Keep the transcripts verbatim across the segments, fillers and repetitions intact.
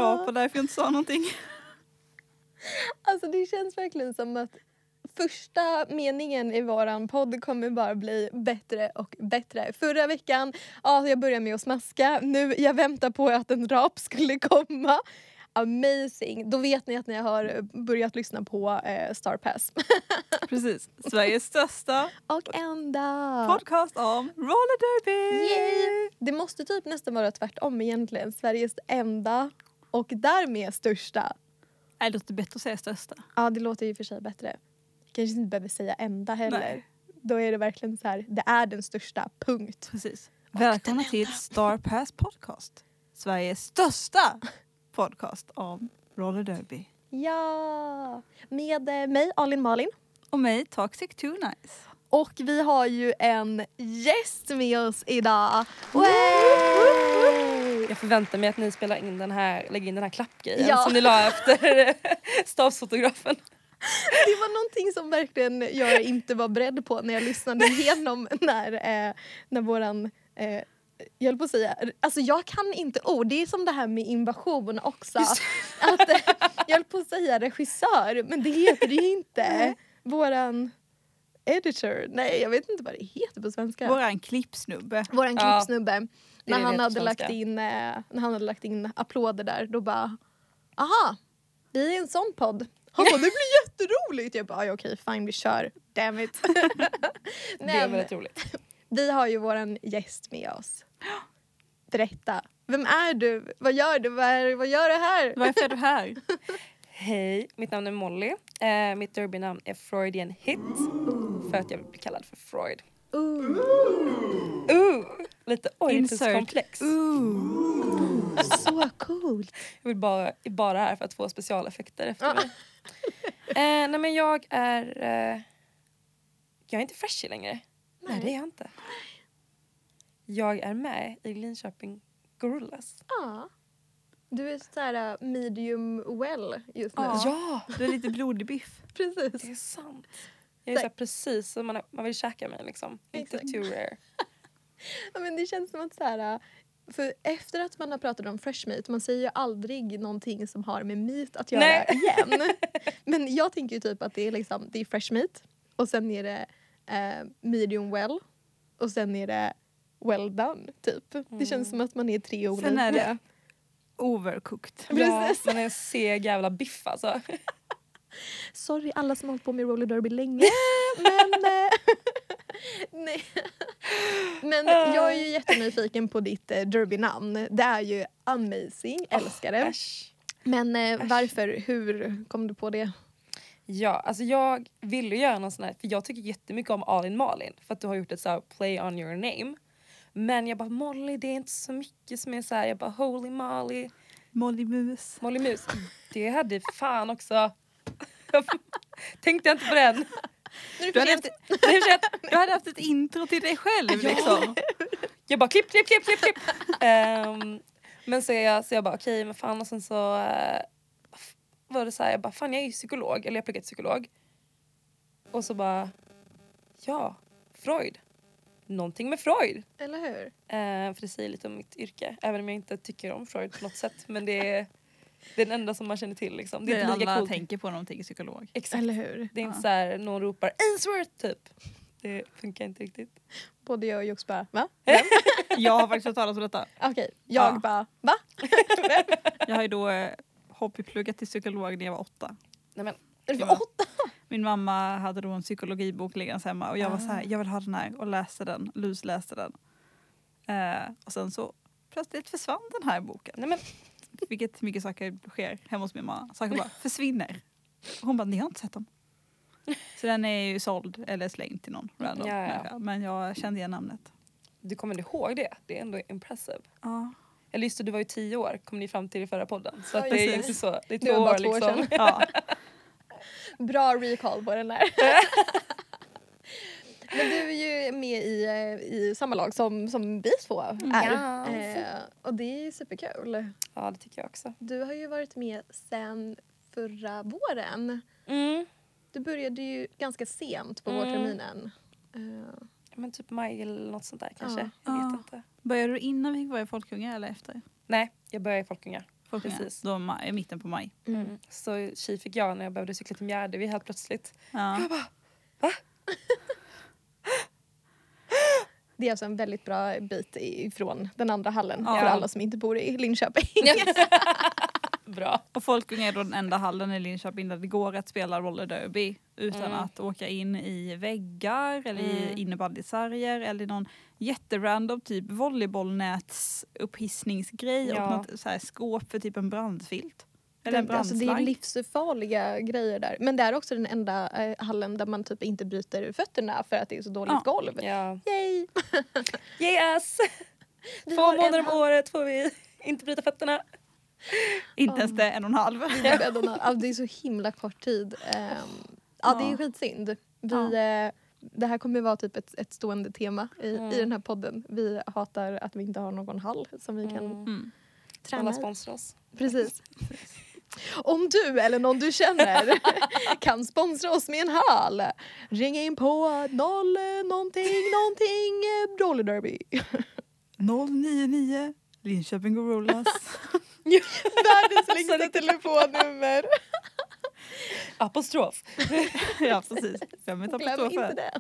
bra på därför jag inte sa någonting. Alltså det känns verkligen som att första meningen i våran podd kommer bara bli bättre och bättre. Förra veckan, ja, jag började med att smaska. Nu, jag väntar på att en rap skulle komma. Amazing. Då vet ni att ni har börjat lyssna på eh, Star Pass. Precis. Sveriges största Och ända. podcast om roller derby. Yay. Det måste typ nästan vara tvärtom egentligen. Sveriges enda och därmed största. Nej, det låter bättre att säga största. Ja, det låter ju för sig bättre. Kanske inte behöver säga enda heller. Nej. Då är det verkligen så här, det är den största, punkt. Precis. Välkomna till Star Pass podcast. Sveriges största podcast om roller derby. Ja, med eh, mig Alin Malin. Och mig, Toxic Too Nice. Och vi har ju en gäst med oss idag. Way! Jag förväntar mig att ni spelar in den här, lägger in den här klappgrejen Ja. som ni la efter stavsfotografen. Det var någonting som verkligen jag inte var beredd på när jag lyssnade igenom när, eh, när våran... Eh, jag höll på att säga, alltså jag kan inte ord, det är som det här med invasion också. Att, eh, jag höll på att säga regissör, men det heter det ju inte. Våran editor, nej jag vet inte vad det heter på svenska. Våran klippsnubbe. Våran Ja, klippsnubbe. När vi han, vet hade på lagt svenska. in, eh, när han hade lagt in applåder där, då bara, aha, vi är en sån podd. Han bara, det blir jätteroligt. Jag bara, okej, fine, vi kör. Damn it. Det Nej, är men väldigt roligt. vi har ju våran gäst med oss. Berätta. Vem är du? Vad gör du? Vad, är, vad gör du här? Varför är du här? Hej, mitt namn är Molly. Eh, mitt derbynamn är Freudian Hit. För att jag vill bli kallad för Freud. Ooh. Uh, lite Insert. Oedipus-komplex. Så coolt. Jag vill bara, är bara här för att få specialeffekter efter Ja. mig. Eh, nej men jag är... Eh, jag är inte freshy längre. Nej. nej, det är jag inte. Jag är med i Linköping Gorillas. Ja. Du är så här uh, medium well just nu. Ja. Ja, Du är lite blodig biff. Precis. det är sant. Jag är så här precis som man, man vill käka mig liksom. Inte Exakt. too rare. Ja, men det känns som att så här, för efter att man har pratat om fresh meat, man säger ju aldrig någonting som har med meat att göra Nej. igen. Men jag tänker ju typ att det är liksom, det är fresh meat och sen är det eh, medium well och sen är det well done typ. Det Mm. känns som att man är tre olika. Sen är det overcooked. Ja, Precis. man är en seg jävla biff alltså. Sorry alla som har hållit på med roller derby länge. Men eh, nej. Men jag är ju jättenyfiken på ditt eh, derbynamn. Det är ju amazing, älskar det. Äsch. Men eh, varför, hur kom du på det? Ja, alltså jag ville göra någon sån här, för jag tycker jättemycket om Alin Malin för att du har gjort ett så här play on your name. Men jag bara, Molly, det är inte så mycket som är så här, jag bara, Holy Molly, Molly Mus. Molly Mus. Det hade fan också. Tänkte jag inte på den. Nu är Du det hade, för sent. haft, Det är för sent. du hade haft ett intro till dig själv liksom. Jag bara, klipp, klipp, klipp, klipp, klipp. Ehm, men så jag, så jag bara, okej, men fan, och sen så uh, var det så här, jag bara, fan, jag är ju psykolog, eller jag pluggat psykolog. Och så bara, ja, Freud. Någonting med Freud. Eller hur? Uh, för det säger lite om mitt yrke. Även om jag inte tycker om Freud på något sätt. Men det är, det är den enda som man känner till. Liksom. Det Det är är inte lika alla coolt. tänker på någonting psykolog. Exakt. Eller hur? Det är inte Ja. så här, någon ropar Ainsworth typ. Det funkar inte riktigt. Både jag och Jox bara, va? Jag har faktiskt hört talas om detta. Okej, jag Ja. bara, va? Jag har ju då eh, hobbypluggat till psykolog när jag var åtta. Nej, men, Är du Ja. för åtta? Min mamma hade då en psykologibok liggande hemma och jag var så här, jag vill ha den här och läste den. Lus läste den. Eh, och sen så plötsligt försvann den här boken. nej, men Vilket mycket saker sker hemma hos min mamma. Saker bara försvinner. Och hon bara, ni har inte sett dem. Så den är ju såld eller slängd till någon random Ja, ja. människa. Men jag kände igen namnet. du kommer inte ihåg det. Det är ändå impressive. Ja. Eller just det, du var ju tio år, kom ni fram till i förra podden. Så Ja, att det är precis. inte så. Det är Det två var bara år två år liksom. sedan. Ja. Bra recall på den där. Men du är ju med i, eh, i samma lag som, som vi två är. Ja. Eh, och det är superkul. Ja, det tycker jag också. Du har ju varit med sen förra våren. Mm. Du började ju ganska sent på Mm. vårterminen. Eh, Men typ maj eller något sånt där kanske. Ja. Jag vet Ja. inte. Började du innan vi var i Folkunga eller efter? Nej, jag började i Folkunga. Folkungar. Precis. Då är mitten på maj. Mm. Så tji fick jag när jag behövde cykla till Mjärdevi helt plötsligt. Ja. Jag bara, va? Det är alltså en väldigt bra bit ifrån den andra hallen Ja. för alla som inte bor i Linköping. Bra. Och Folkunga är då den enda hallen i Linköping där det går att spela roller derby utan Mm. att åka in i väggar eller Mm. i innebandysarger eller i någon jätterandom typ volleybollnäts upphissningsgrej Ja. och något så här skåp för typ en brandfilt. Eller en Det, alltså, det är brandslang. livsfarliga grejer där. Men det är också den enda eh, hallen där man typ inte bryter fötterna för att det är så dåligt Ja. golv. Ja. Yay! Yes! Vi Två har en månader om hall. året får vi inte bryta fötterna. Inte ens det, en och en halv. Ja, det är så himla kort tid. Ehm, ja, det är Ja. skitsynd. Vi, Ja. eh, det här kommer vara typ ett, ett stående tema i, Mm. i den här podden. Vi hatar att vi inte har någon hall som vi kan Mm. Mm. träna Alla i. sponsrar oss. Precis. Om du eller någon du känner kan sponsra oss med en hall, ring in på noll någonting någonting eh, roller derby. noll nio nio Linköping Gorillas. Världens längsta telefonnummer. Apostrof. Ja, precis. Glöm inte Glöm inte apostrofer. det.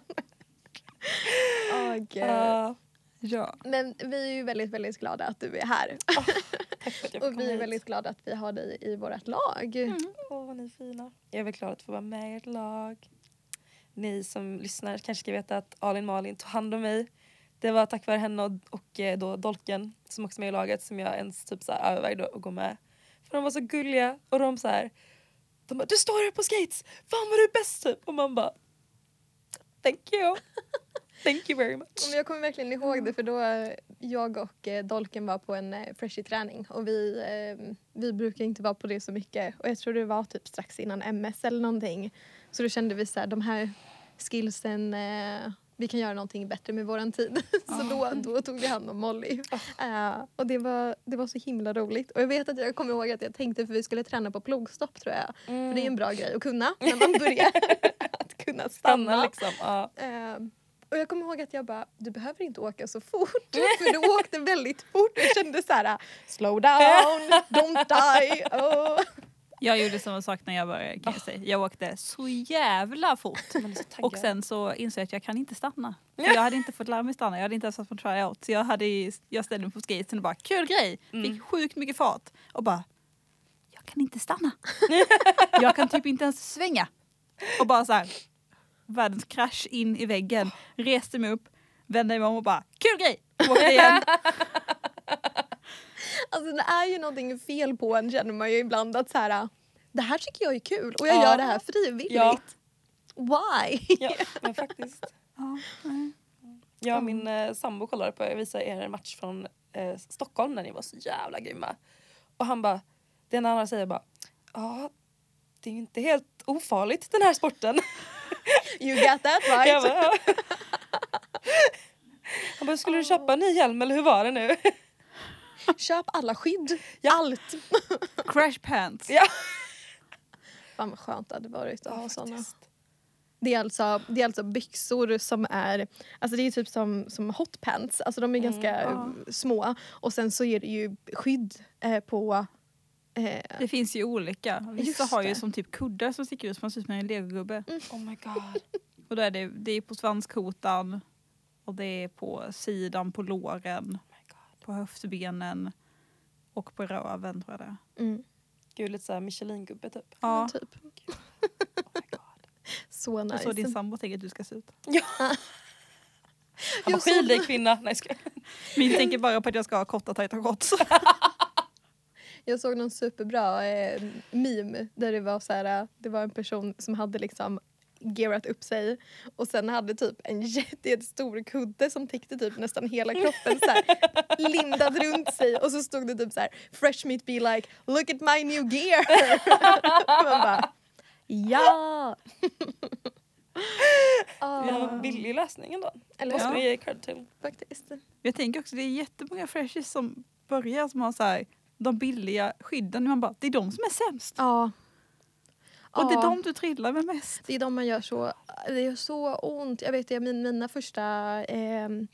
Åh, gud. Uh, Ja. Men vi är ju väldigt, väldigt glada att du är här. tack för att jag fick Och vi komma är hit. väldigt glada att vi har dig i vårt lag. Mm. Åh, vad ni är fina. Jag är väl glad att få vara med i ert lag. Ni som lyssnar kanske ska veta att Alin Malin tog hand om mig. Det var tack vare henne och, och eh, då Dolken som också är med i laget som jag ens typ så här övervägde att gå med. För de var så gulliga och de så här, de bara, du står här på skates, fan vad du är bäst typ. Och man bara, thank you. Thank you very much. Men jag kommer verkligen ihåg det för då eh, jag och eh, Dolken var på en eh, freshie-träning och vi, eh, vi brukar inte vara på det så mycket och jag tror det var typ strax innan M S eller någonting. Så då kände vi så här, de här skillsen, eh, vi kan göra någonting bättre med våran tid. Så då, då tog vi hand om Molly. Eh, och det var, det var så himla roligt. Och jag vet att jag kommer ihåg att jag tänkte för vi skulle träna på plogstopp tror jag. Mm. För det är en bra grej att kunna när man börjar att kunna Stanna stanna. liksom. Ja. Eh, och jag kommer ihåg att jag bara, du behöver inte åka så fort. För du åkte väldigt fort. Jag kände så här, slow down, don't die. Oh. Jag gjorde samma sak när jag började kan jag säga. Jag åkte så jävla fort. Man är så taggad. Och sen så insåg jag att jag kan inte stanna. För jag hade inte fått lära mig stanna. Jag hade inte ens fått tryout. Så jag, hade, ju- jag ställde mig på skatesen och bara, kul grej. Mm. Fick sjukt mycket fart. Och bara, jag kan inte stanna. Jag kan typ inte ens svänga. Och bara så här, världens krasch in i väggen. Reste mig upp, vände mig om och bara, kul grej. Åkte igen. Alltså det är ju någonting fel på en känner man ju ibland att så här, det här tycker jag är kul och jag Ja. gör det här frivilligt. Ja. Why? Ja, men faktiskt. Ja, nej. Jag och min eh, sambo kollade på, jag visade er en match från eh, Stockholm när ni var så jävla grymma. Och han bara, det ena andra säger bara, ja, det är ju inte helt ofarligt den här sporten. You got that right. Jag bara, ja. Han bara, skulle du köpa en ny hjälm eller hur var det nu? Köp alla skydd. Ja. Allt. Crash pants. Ja. Fan vad skönt det hade varit att ha Ja, sådana. faktiskt. Det är, alltså, det är alltså byxor som är, alltså det är typ som, som hot pants, alltså de är Mm, ganska ja. eh, små och sen så är det ju skydd eh, på eh, Det finns ju olika. Vissa Just har ju det. som typ kuddar som sticker ut som man ser ut som en legogubbe. Oh my god. Och då är det, det är på svanskotan och det är på sidan på låren, Oh my god. på höftbenen och på röven tror jag det är. mm, Gud, lite såhär Michelin-gubbe typ. Ja, typ. Oh my god. Så och nice. så din sambo tänker att du ska se ut. Han bara, Jag såg- skil dig kvinna. Nej, ska. Min tänker bara på att jag ska ha korta tajta shorts. Jag såg någon superbra eh, meme där det var så här, eh, det var en person som hade liksom gearat upp sig och sen hade typ en jätte, jättestor kudde som täckte typ nästan hela kroppen så här, lindad runt sig och så stod det typ så här fresh meat be like look at my new gear. Man bara ja. Ah, Ja, billig lösning ändå. Eller Måste Ja. vi ge cred till. faktiskt. Jag tänker också det är jättemånga freshies som börjar som har så här, de billiga skydden. Man bara, det är de som är sämst. Ja. Och det är Ja. de du trillar med mest. Det är de man gör så, det gör så ont. Jag vet det, min, mina första eh,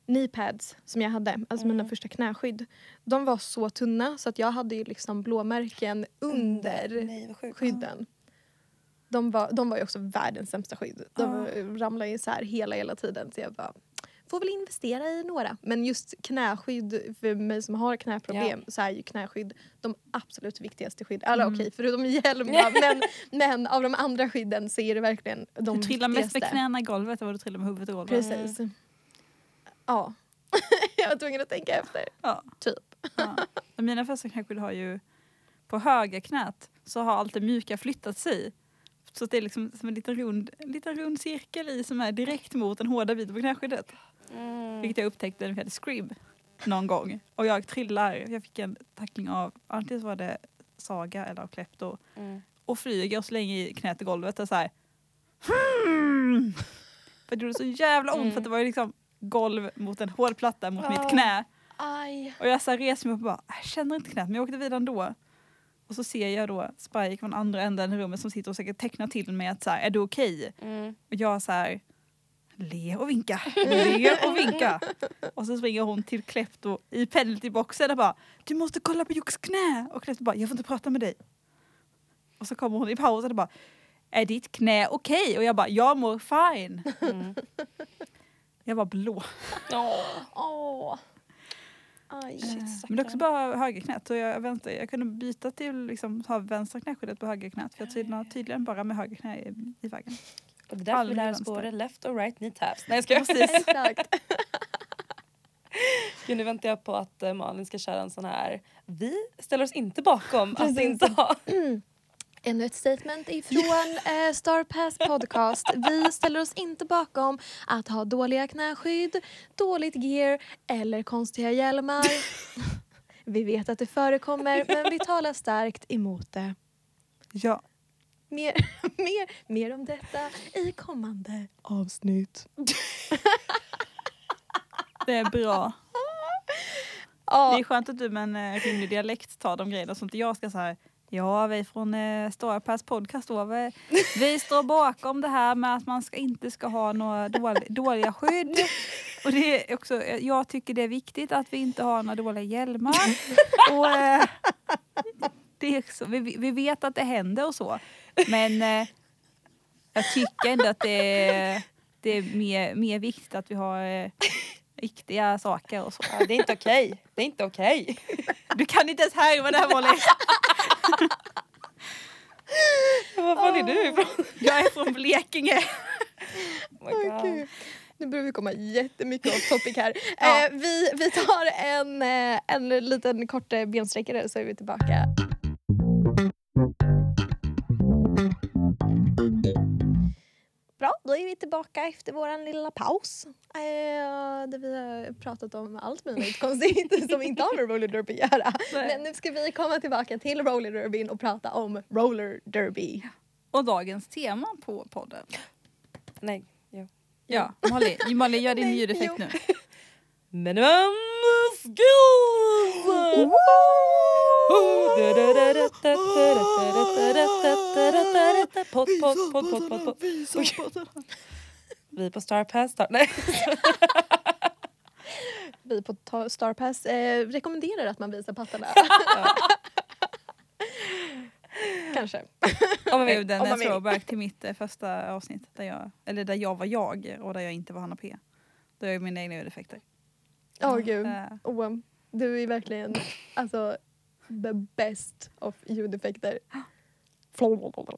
kneepads som jag hade, alltså Mm. mina första knäskydd, de var så tunna så att jag hade ju liksom blåmärken under Nej, vad sjukt. skydden. De var, de var ju också världens sämsta skydd. De Ja. ramlade ju så här hela, hela tiden. Så jag bara, får väl investera i några. Men just knäskydd, för mig som har knäproblem, så är ju knäskydd de absolut viktigaste skydd. Eller Mm. okej, förutom hjälm då, men, men av de andra skydden så är det verkligen de Du trillar mest viktigaste. med knäna i golvet än vad du trillar med huvudet i golvet. Precis. Ja. Jag var tvungen att tänka efter. Ja. Typ. Ja. Och mina första knäskydd har ju på höga knät så har allt det mjuka flyttat sig. Så att det är liksom som en liten rund, en liten rund cirkel i som är direkt mot den hårda biten på knäskyddet. Mm. Vilket jag upptäckte när vi hade scrib någon gång. Och jag trillar, jag fick en tackling av, antingen så var det Saga eller av Klepto. Mm. Och flyger och slänger i knät i golvet och så här. Hmm. För det gjorde så jävla ont Mm. för att det var ju liksom golv mot en hård platta mot Ah. mitt knä. Aj. Och jag så här reser mig upp och bara, jag känner inte knät men jag åkte vidare ändå. Och så ser jag då Spike från andra änden i rummet som sitter och säkert tecknar till mig att så här, är du okej? Mm. Och jag så här, le och vinka, le och vinka. Och så springer hon till Klepto i penaltyboxen och bara, du måste kolla på Jocks knä. Och Klepto bara, jag får inte prata med dig. Och så kommer hon i pausen och bara, är ditt knä okej? Okay? Och jag bara, jag mår fine. Mm. Jag var blå. Åh. Åh. Aj. Shit, Men det är också bara högerknät. Och jag, vänster, jag kunde byta till liksom, ha vänstra knäskyddet på högerknät. För jag tydligen, tydligen bara med höger knä i, i vägen. Och det är därför vi Aldrig lär oss vänster. både left och right knee taps. Nej, jag ska Precis. Exakt. Gud, nu väntar jag på att uh, Malin ska köra en sån här. Vi ställer oss inte bakom Precis. att inte ha. Ännu ett statement ifrån eh, Starpass podcast. Vi ställer oss inte bakom att ha dåliga knäskydd, dåligt gear eller konstiga hjälmar. Vi vet att det förekommer, men vi talar starkt emot det. Ja. Mer, mer, mer om detta i kommande avsnitt. Det är bra. Ja, Det är skönt att du med en eh, rimlig dialekt tar de grejerna så inte jag ska så här. Ja, vi från eh, Starpass podcast då. Vi, vi står bakom det här med att man ska, inte ska ha några dåliga, dåliga skydd. Och det är också, jag tycker det är viktigt att vi inte har några dåliga hjälmar. Och, eh, det är också, vi, vi vet att det händer och så. Men eh, jag tycker ändå att det är, det är mer, mer viktigt att vi har eh, riktiga saker och så. Ja, det är inte okej. Det är inte okej. Du kan inte ens härma det här, Molly. Var fan är du ifrån? Jag är från Blekinge. Oh my God. gud. Nu börjar vi komma jättemycket off topic här. Ja. Eh, vi, vi tar en, eh, en liten kort eh, bensträckare så är vi tillbaka. Bra, då är vi tillbaka efter våran lilla paus. Eh, där vi har pratat om allt möjligt konstigt som inte har med roller derby att göra. Nej. Men nu ska vi komma tillbaka till roller derbyn och prata om roller derby. Och dagens tema på podden. Nej, jo. Ja, Molly, Molly gör din Nej, ljudeffekt jo. nu. Minimum skills! Podd, podd, podd, podd, podd, podd. Vi på Starpass. Star- Nej. Vi på ta- Starpass eh, rekommenderar att man visar pattarna. Kanske. Om man Det är vill. den om är man vill. throwback till mitt eh, första avsnitt. Där jag, eller där jag var jag och där jag inte var Hanna P. Där jag är mina egna ljudeffekter. Åh gud. Eh, Oh, du är verkligen alltså the best of ljudeffekter. Oh my God.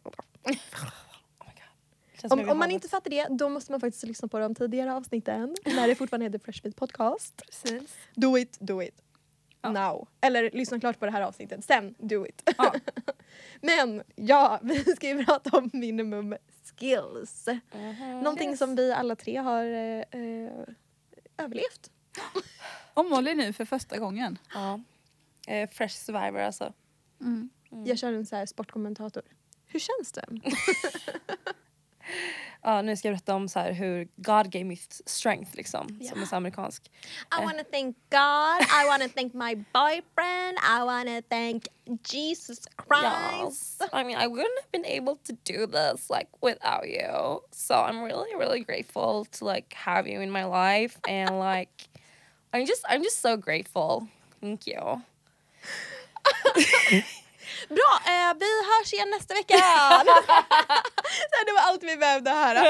Känns som jag Om, vill om man ha inte det. fattar det, då måste man faktiskt lyssna på de tidigare avsnitten. När det fortfarande heter Fresh Meat Podcast. Precis. Do it, do it. Ja. Now. Eller lyssna klart på det här avsnittet. Sen, do it. Ja. Men ja, vi ska ju prata om minimum skills. Mhm. Någonting Yes. som vi alla tre har eh, eh, överlevt. Och Molly nu för första gången. Ja. Eh, fresh survivor alltså. Mm. Mm. Jag kör en så här sportkommentator. Hur känns det? Ja, nu ska jag berätta om så här hur God gave me strength liksom, Ja. som är så amerikansk. I wanna thank God, I wanna thank my boyfriend, I wanna thank Jesus Christ. Yes. I mean, I wouldn't have been able to do this like without you. So I'm really, really grateful to like have you in my life, and like, I'm just, I'm just so grateful. Thank you. Bra, eh, vi hörs igen nästa vecka. Det var allt vi behövde höra.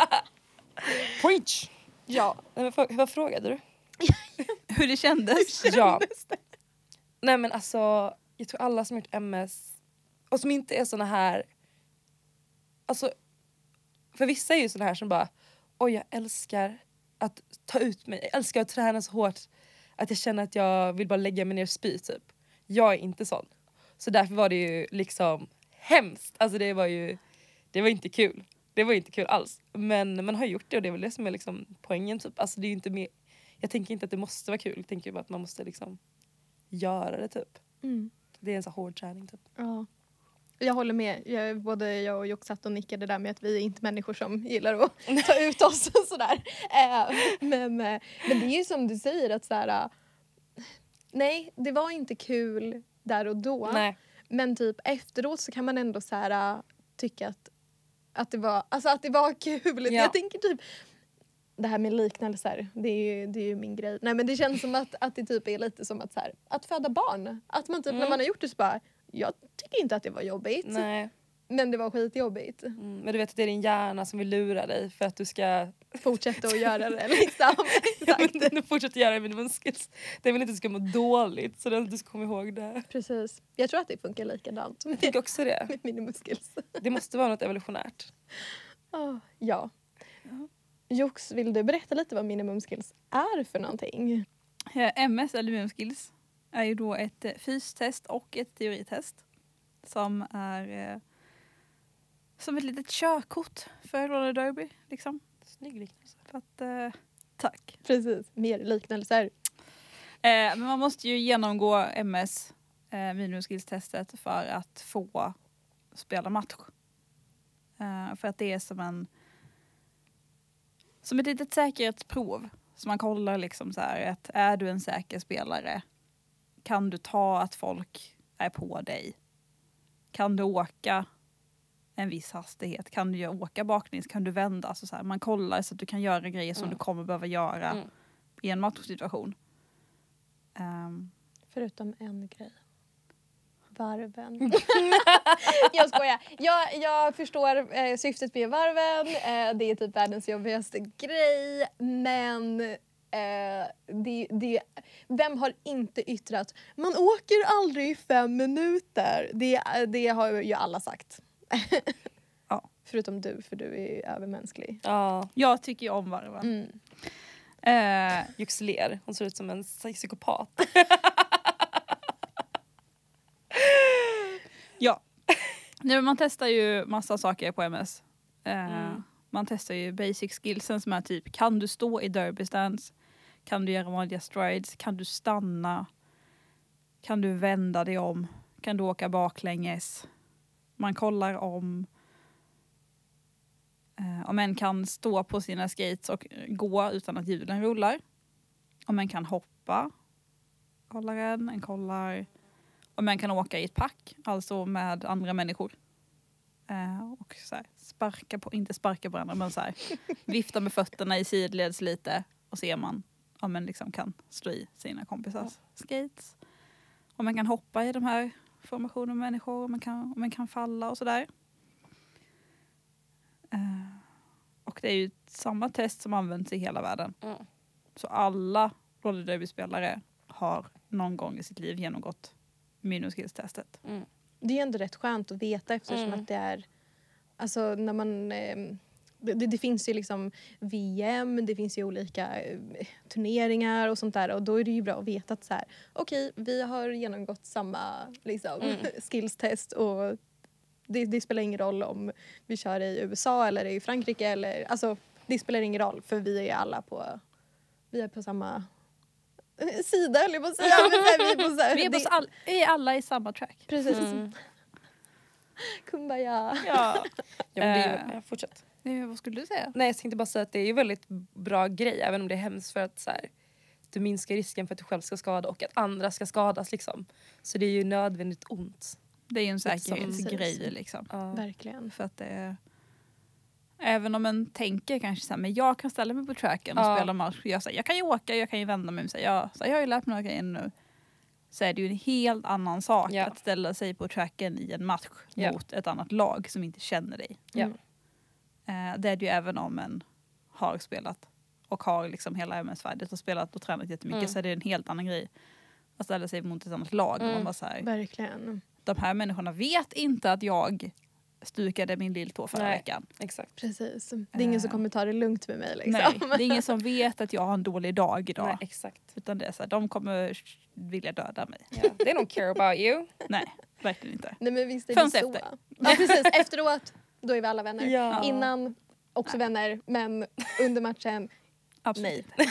Preach. Ja. Nej, men för, vad frågade du? Hur det kändes. Ja. Nej men alltså, jag tror alla som gjort M S och som inte är såna här, alltså för vissa är ju såna här som bara, oj jag älskar att ta ut mig, jag älskar att träna så hårt att jag känner att jag vill bara lägga mig ner och spy typ. Jag är inte sån. Så därför var det ju liksom hemskt, alltså det var ju, det var inte kul. Det var inte kul alls. Men man har gjort det och det är väl det som är liksom poängen typ. Alltså det är ju inte mer, jag tänker inte att det måste vara kul, jag tänker bara att man måste liksom göra det typ. Mm. Det är en så hård träning typ. Ja. Jag håller med. Jag, både jag och Jok satt och nickade där med att vi är inte människor som gillar att ta ut oss och sådär. Eh, men, eh, men det är ju som du säger att sådär, eh, nej, det var inte kul där och då. Nej. Men typ efteråt så kan man ändå såhär, äh, tycka att, att, det var, alltså att det var kul. Ja. Jag tänker typ, det här med liknelser, det är ju, det är ju min grej. Nej men det känns som att, att det typ är lite som att, så här, att föda barn. Att man typ Mm. när man har gjort det så bara, jag tycker inte att det var jobbigt. Nej. Men det var skitjobbigt. Mm, men du vet att det är din hjärna som vill lura dig för att du ska Fortsätta att göra det liksom. Exakt. den fortsätter göra det med din muskels. Den vill inte att du ska må dåligt så den, du ska komma ihåg det. Precis. Jag tror att det funkar likadant Jag tycker också det. med minimuskels. Det måste vara något evolutionärt. Oh, ja. Jox, vill du berätta lite vad minimumskills är för någonting? Eh, M S eller Minimumskills är ju då ett eh, fystest och ett teoritest som är eh, som ett litet körkort för roller derby liksom. Snygg liknelse. För att, eh, tack. Precis, mer liknelser. Eh, men man måste ju genomgå M S, eh, minimumskills-testet, för att få spela match. Eh, för att det är som en som ett litet säkerhetsprov. Så man kollar liksom så här att är du en säker spelare? Kan du ta att folk är på dig? Kan du åka en viss hastighet? Kan du åka baklänges? Kan du vända? Alltså så här, man kollar så att du kan göra grejer som Mm. du kommer behöva göra Mm. i en matchsituation. Um, Förutom en grej. Varven. Jag skojar. Jag, jag förstår eh, syftet med varven. Eh, det är typ världens jobbigaste grej. Men eh, det, det, vem har inte yttrat man åker aldrig i fem minuter? Det, det har ju alla sagt. Ja. Förutom du, för du är ju övermänsklig. Ja, jag tycker ju om varven. Mm. Eh, Juxler. Hon ser ut som en psykopat. Ja. Nu, man testar ju massa saker på M S. Eh, Mm. Man testar ju basic skillsen som är typ, kan du stå i derby stance? Kan du göra vanliga strides? Kan du stanna? Kan du vända dig om? Kan du åka baklänges? Man kollar om eh, om en kan stå på sina skates och gå utan att hjulen rullar. Om en kan hoppa. Kollar en. En kollar om man kan åka i ett pack, alltså med andra människor. Eh, och så här, sparka på, inte sparka på varandra, men så här, vifta med fötterna i sidleds lite och se om man, om man liksom kan stå i sina kompisars skates. Om man kan hoppa i de här formationerna med människor, om man kan, om man kan falla och sådär. Eh, och det är ju samma test som används i hela världen. Mm. Så alla roller derby-spelare har någon gång i sitt liv genomgått minimumskills-testet. Mm. Det är ändå rätt skönt att veta eftersom Mm. att det är, alltså när man, eh, det, det finns ju liksom V M, det finns ju olika eh, turneringar och sånt där, och då är det ju bra att veta att så här, okej, vi har genomgått samma liksom, Mm. skills-test och det, det spelar ingen roll om vi kör i U S A eller i Frankrike eller, alltså det spelar ingen roll för vi är alla på, vi är på samma sida, eller på att säga. Men så här, vi är på så här, Vi är, på det- all, vi är alla i samma track. Precis. Mm. Kumbaya. Ja. Ja, men det är Eh. ju, ja, fortsätt. Nej, vad skulle du säga? Nej, jag tänkte bara säga att det är ju väldigt bra grej, även om det är hemskt, för att så här, du minskar risken för att du själv ska skada och att andra ska skadas liksom. Så det är ju nödvändigt ont. Det är ju en Liksom- säkerhetsgrej liksom. Ja. Verkligen. För att det är... Även om man tänker kanske så här, men jag kan ställa mig på tracken och Ja. spela match. Jag, så här, jag kan ju åka, jag kan ju vända mig. Så här, jag, så här, jag har ju lärt mig några grejer nu. Så är det ju en helt annan sak Ja. att ställa sig på tracken i en match Ja. mot ett annat lag som inte känner dig. Ja. Mm. Eh, det är det ju även om en har spelat och har liksom hela M S-värdet och spelat och tränat jättemycket, Mm. så är det en helt annan grej att ställa sig mot ett annat lag. Mm. Och man bara så här, Verkligen. de här människorna vet inte att jag stukade min lilltå förra Nej. veckan. Exakt. Precis. Det är ingen som Eh. kommer ta det lugnt med mig liksom. Nej, det är ingen som vet att jag har en dålig dag idag. Nej, exakt. Utan det är så här, de kommer vilja döda mig. Ja. They don't care about you. Nej, verkligen inte. Nej men visst är Förrän det så. efter. Ja precis, efteråt då är vi alla vänner. Ja. Innan också vänner, men under matchen Absolut nej. inte.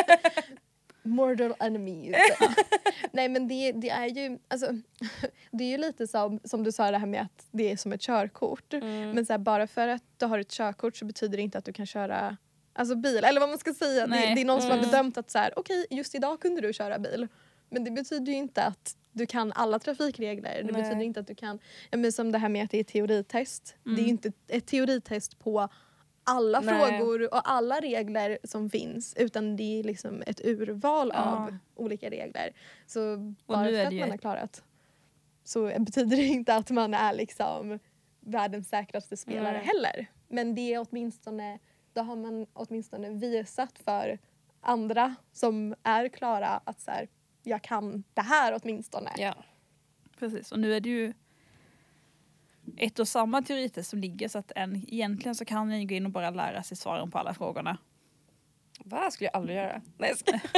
Mortal enemies. Nej men det, det är ju alltså, det är ju lite som, som du sa det här med att det är som ett körkort. Mm. Men så här, bara för att du har ett körkort så betyder det inte att du kan köra alltså bil. Eller vad man ska säga. Det, Nej. det är någon som har Mm. bedömt att så här, okej just idag kunde du köra bil. Men det betyder ju inte att du kan alla trafikregler. Det Nej. betyder inte att du kan, ja, men som det här med att det är teoritest. Mm. Det är ju inte ett teoritest på alla Nej. frågor och alla regler som finns. Utan det är liksom ett urval Ja. av olika regler. Så bara nu för är att det ju- man har klarat så betyder det inte att man är liksom världens säkraste spelare Nej. heller. Men det är åtminstone, då har man åtminstone visat för andra som är klara att så här, jag kan det här åtminstone. Ja. Precis, och nu är det ju ett och samma teoritest som ligger, så att en, egentligen så kan ni gå in och bara lära sig svaren på alla frågorna. Vad skulle jag aldrig göra? Nej, jag ska...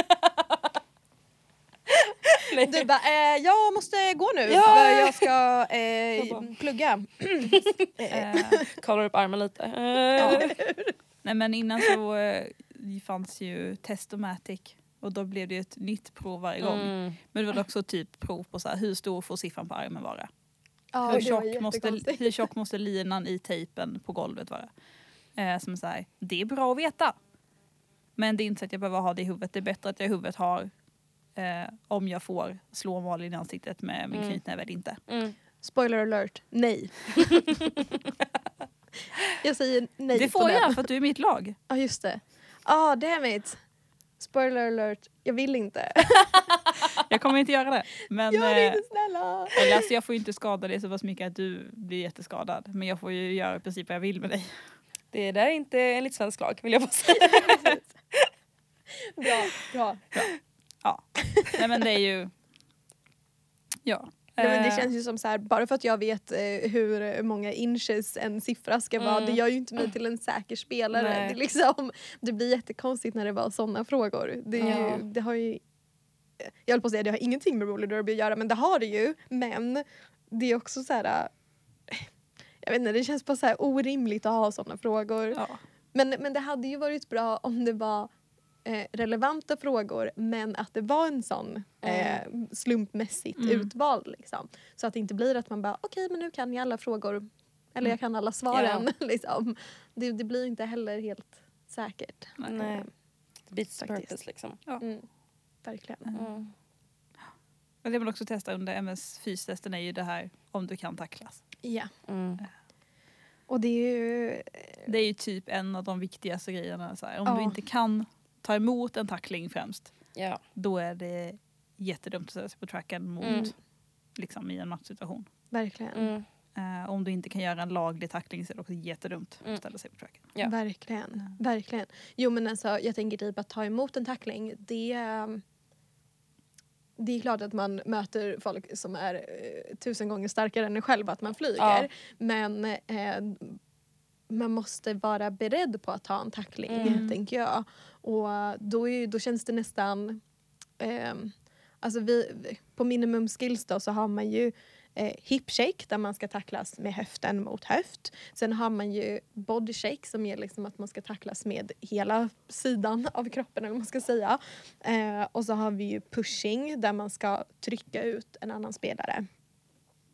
Nej. Du bara, eh, jag måste gå nu Ja. för jag ska eh, Jag bara- plugga. Eh, Kollar upp armen lite. ja. Nej, men innan så eh, det fanns ju Testomatic och då blev det ju ett nytt prov varje gång. Mm. Men det var också typ prov på så här, hur stor får siffran på armen vara? Ja, hur, det var tjock måste, jättekonstigt. hur tjock måste linan i tejpen på golvet vara? Eh, som så här, det är bra att veta. Men det är inte så att jag behöver ha det i huvudet. Det är bättre att jag i huvudet har eh, om jag får slå Malin i ansiktet med min Mm. knytnäve eller inte. Mm. Spoiler alert, nej. Jag säger nej Det på får den. jag för att du är mitt lag. Ja just det. Ah damn it. Spoiler alert, jag vill inte. Jag kommer inte göra det. Men, Gör det eh, inte snälla. eller, alltså, jag får ju inte skada dig så pass mycket att du blir jätteskadad. Men jag får ju göra i princip vad jag vill med dig. Det där är inte enligt svensk lag, vill jag bara säga. Bra, bra. Ja. Nej men det är ju... Ja. Nej, men det Eh, känns ju som så här, bara för att jag vet eh, hur många inches en siffra ska vara, Mm. det gör ju inte mig till en säker spelare. Nej. Det, är liksom, det blir jättekonstigt när det var sådana frågor. Det, är Ja. ju, det har ju, jag höll på att säga det har ingenting med roller derby att göra, men det har det ju. Men det är också så här, eh, jag vet inte, det känns bara så här orimligt att ha sådana frågor. ja. Men, men det hade ju varit bra om det var eh, relevanta frågor men att det var en sån eh, slumpmässigt Mm. utvald. Liksom. Så att det inte blir att man bara okej men nu kan jag alla frågor eller Mm. jag kan alla svaren. liksom. det, det blir inte heller helt säkert. Nej. Nej. Det beats the Faktiskt. purpose liksom. Mm, verkligen. Mm. Och det man också testa under M S fystesten är ju det här om du kan tacklas. Ja. Mm. Och det är ju... Det är ju typ en av de viktigaste grejerna. Så här. Om Ja. du inte kan ta emot en tackling främst, Ja. då är det jättedumt att ställa sig på tracken mot, Mm. liksom, i en matchsituation. Verkligen. Mm. Eh, om du inte kan göra en laglig tackling så är det också jättedumt Mm. att ställa sig på tracken. Ja. Verkligen. Mm. Verkligen. Jo men alltså jag tänker typ att ta emot en tackling, det är, det är klart att man möter folk som är eh, tusen gånger starkare än en själv, att man flyger. Ja. Men eh, man måste vara beredd på att ta en tackling, Mm. tänker jag. Och då, är, då känns det nästan... Eh, alltså vi, på minimum skills då så har man ju eh, hip shake där man ska tacklas med höften mot höft. Sen har man ju body shake som är liksom att man ska tacklas med hela sidan av kroppen eller vad man ska säga. Eh, och så har vi ju pushing där man ska trycka ut en annan spelare.